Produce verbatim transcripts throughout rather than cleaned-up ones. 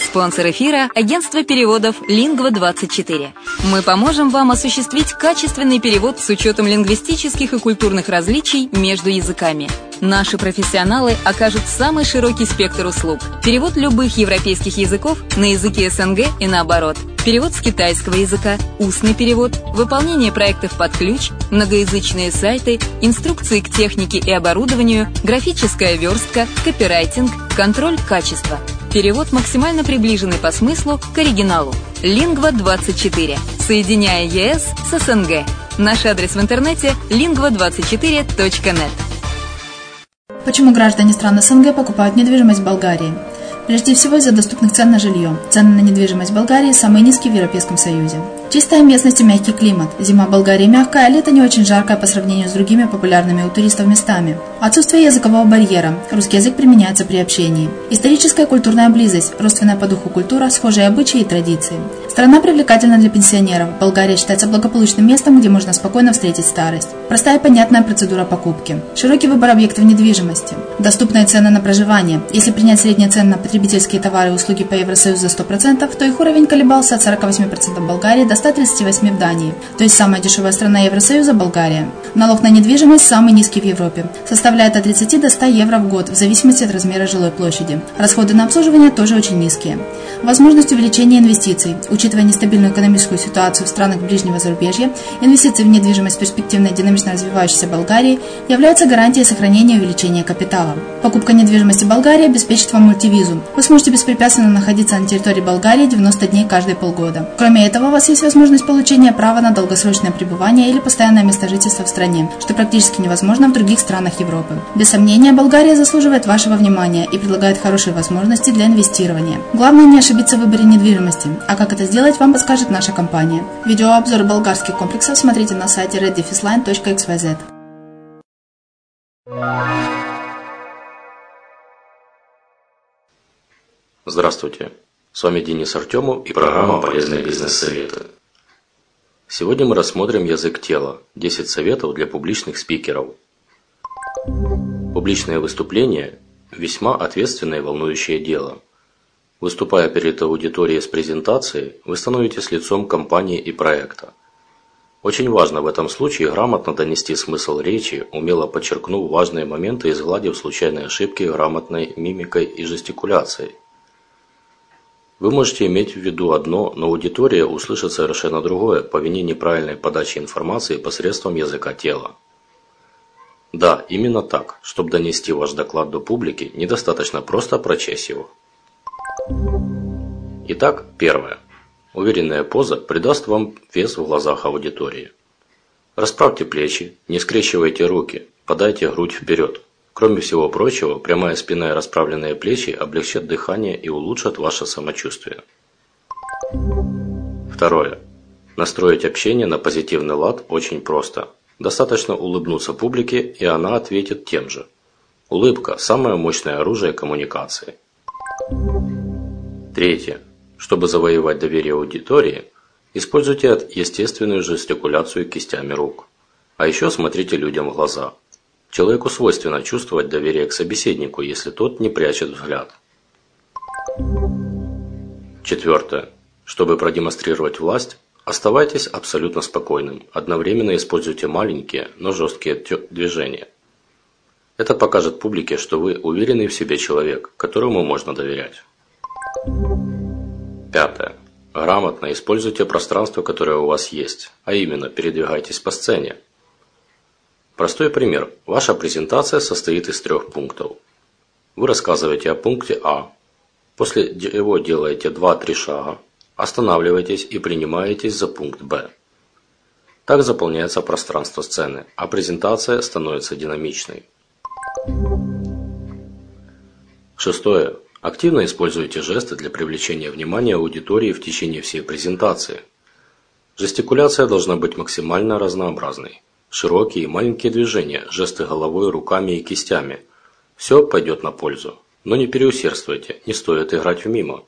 Спонсор эфира – агентство переводов Lingva двадцать четыре. Мы поможем вам осуществить качественный перевод с учетом лингвистических и культурных различий между языками. Наши профессионалы окажут самый широкий спектр услуг. Перевод любых европейских языков на языки СНГ и наоборот. Перевод с китайского языка, устный перевод, выполнение проектов под ключ, многоязычные сайты, инструкции к технике и оборудованию, графическая верстка, копирайтинг, контроль качества. Перевод максимально приближенный по смыслу к оригиналу. Lingva двадцать четыре. Соединяя ЕС с СНГ. Наш адрес в интернете lingva двадцать четыре точка нет. Почему граждане стран СНГ покупают недвижимость в Болгарии? Прежде всего из-за доступных цен на жилье. Цены на недвижимость в Болгарии самые низкие в Европейском Союзе. Чистая местность и мягкий климат. Зима в Болгарии мягкая, а лето не очень жаркое по сравнению с другими популярными у туристов местами. Отсутствие языкового барьера. Русский язык применяется при общении. Историческая и культурная близость. Родственная по духу культура, схожие обычаи и традиции. Страна привлекательна для пенсионеров. Болгария считается благополучным местом, где можно спокойно встретить старость. Простая и понятная процедура покупки. Широкий выбор объектов недвижимости. Доступные цены на проживание. Если принять средние цены на потребительские товары и услуги по Евросоюзу за сто процентов, то их уровень колебался от сорок восемь процентов в Болгарии до ста тридцати восьми процентов в Дании. То есть самая дешевая страна Евросоюза – Болгария. Налог на недвижимость самый низкий в Европе. Составляет от тридцати до ста евро в год, в зависимости от размера жилой площади. Расходы на обслуживание тоже очень низкие. Возможность увеличения инвестиций. Учитывая нестабильную экономическую ситуацию в странах ближнего зарубежья, инвестиции в недвижимость в перспективной динамично развивающейся Болгарии являются гарантией сохранения и увеличения капитала. Покупка недвижимости в Болгарии обеспечит вам мультивизу. Вы сможете беспрепятственно находиться на территории Болгарии девяносто дней каждые полгода. Кроме этого, у вас есть возможность получения права на долгосрочное пребывание или постоянное место жительства в стране, что практически невозможно в других странах Европы. Без сомнения, Болгария заслуживает вашего внимания и предлагает хорошие возможности для инвестирования. Главное не ошибиться в выборе недвижимости, а как это сделать, вам подскажет наша компания. Видеообзор болгарских комплексов смотрите на сайте red dash line точка икс уай зет. Здравствуйте, с вами Денис Артемов и программа «Полезные бизнес-советы». Сегодня мы рассмотрим язык тела, десять советов для публичных спикеров. Публичное выступление – весьма ответственное и волнующее дело. Выступая перед аудиторией с презентацией, вы становитесь лицом компании и проекта. Очень важно в этом случае грамотно донести смысл речи, умело подчеркнув важные моменты и сгладив случайные ошибки грамотной мимикой и жестикуляцией. Вы можете иметь в виду одно, но аудитория услышит совершенно другое по вине неправильной подачи информации посредством языка тела. Да, именно так. Чтобы донести ваш доклад до публики, недостаточно просто прочесть его. Итак, первое. Уверенная поза придаст вам вес в глазах аудитории. Расправьте плечи, не скрещивайте руки, подайте грудь вперед. Кроме всего прочего, прямая спина и расправленные плечи облегчат дыхание и улучшат ваше самочувствие. Второе. Настроить общение на позитивный лад очень просто. Достаточно улыбнуться публике, и она ответит тем же. Улыбка – самое мощное оружие коммуникации. Третье. Чтобы завоевать доверие аудитории, используйте естественную жестикуляцию кистями рук. А еще смотрите людям в глаза. Человеку свойственно чувствовать доверие к собеседнику, если тот не прячет взгляд. Четвертое. Чтобы продемонстрировать власть, оставайтесь абсолютно спокойным. Одновременно используйте маленькие, но жесткие движения. Это покажет публике, что вы уверенный в себе человек, которому можно доверять. Пятое. Грамотно используйте пространство, которое у вас есть, а именно передвигайтесь по сцене. Простой пример. Ваша презентация состоит из трех пунктов. Вы рассказываете о пункте А. После него делаете два-три шага, останавливаетесь и принимаетесь за пункт Б. Так заполняется пространство сцены, а презентация становится динамичной. Шестое. Активно используйте жесты для привлечения внимания аудитории в течение всей презентации. Жестикуляция должна быть максимально разнообразной. Широкие и маленькие движения, жесты головой, руками и кистями. Все пойдет на пользу. Но не переусердствуйте, не стоит играть в мимо.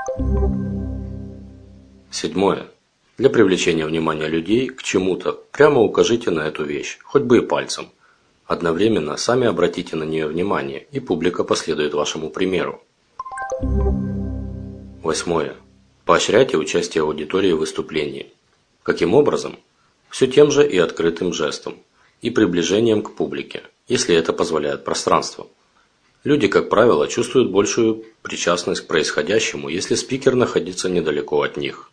Седьмое. Для привлечения внимания людей к чему-то прямо укажите на эту вещь, хоть бы и пальцем. Одновременно сами обратите на нее внимание, и публика последует вашему примеру. Восьмое. Поощряйте участие аудитории в выступлении. Каким образом? Все тем же и открытым жестом, и приближением к публике, если это позволяет пространство. Люди, как правило, чувствуют большую причастность к происходящему, если спикер находится недалеко от них.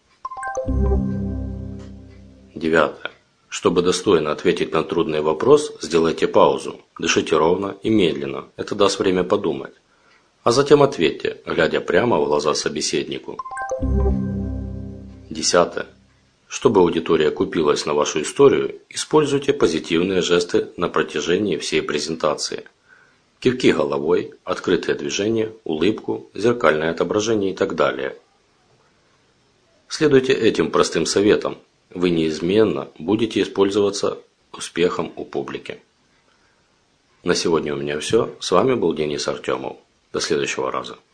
Девятое. Чтобы достойно ответить на трудный вопрос, сделайте паузу, дышите ровно и медленно, это даст время подумать. А затем ответьте, глядя прямо в глаза собеседнику. Десятое. Чтобы аудитория купилась на вашу историю, используйте позитивные жесты на протяжении всей презентации. Кивки головой, открытые движения, улыбку, зеркальное отображение и так далее. Следуйте этим простым советам. Вы неизменно будете использоваться успехом у публики. На сегодня у меня все. С вами был Денис Артемов. До следующего раза.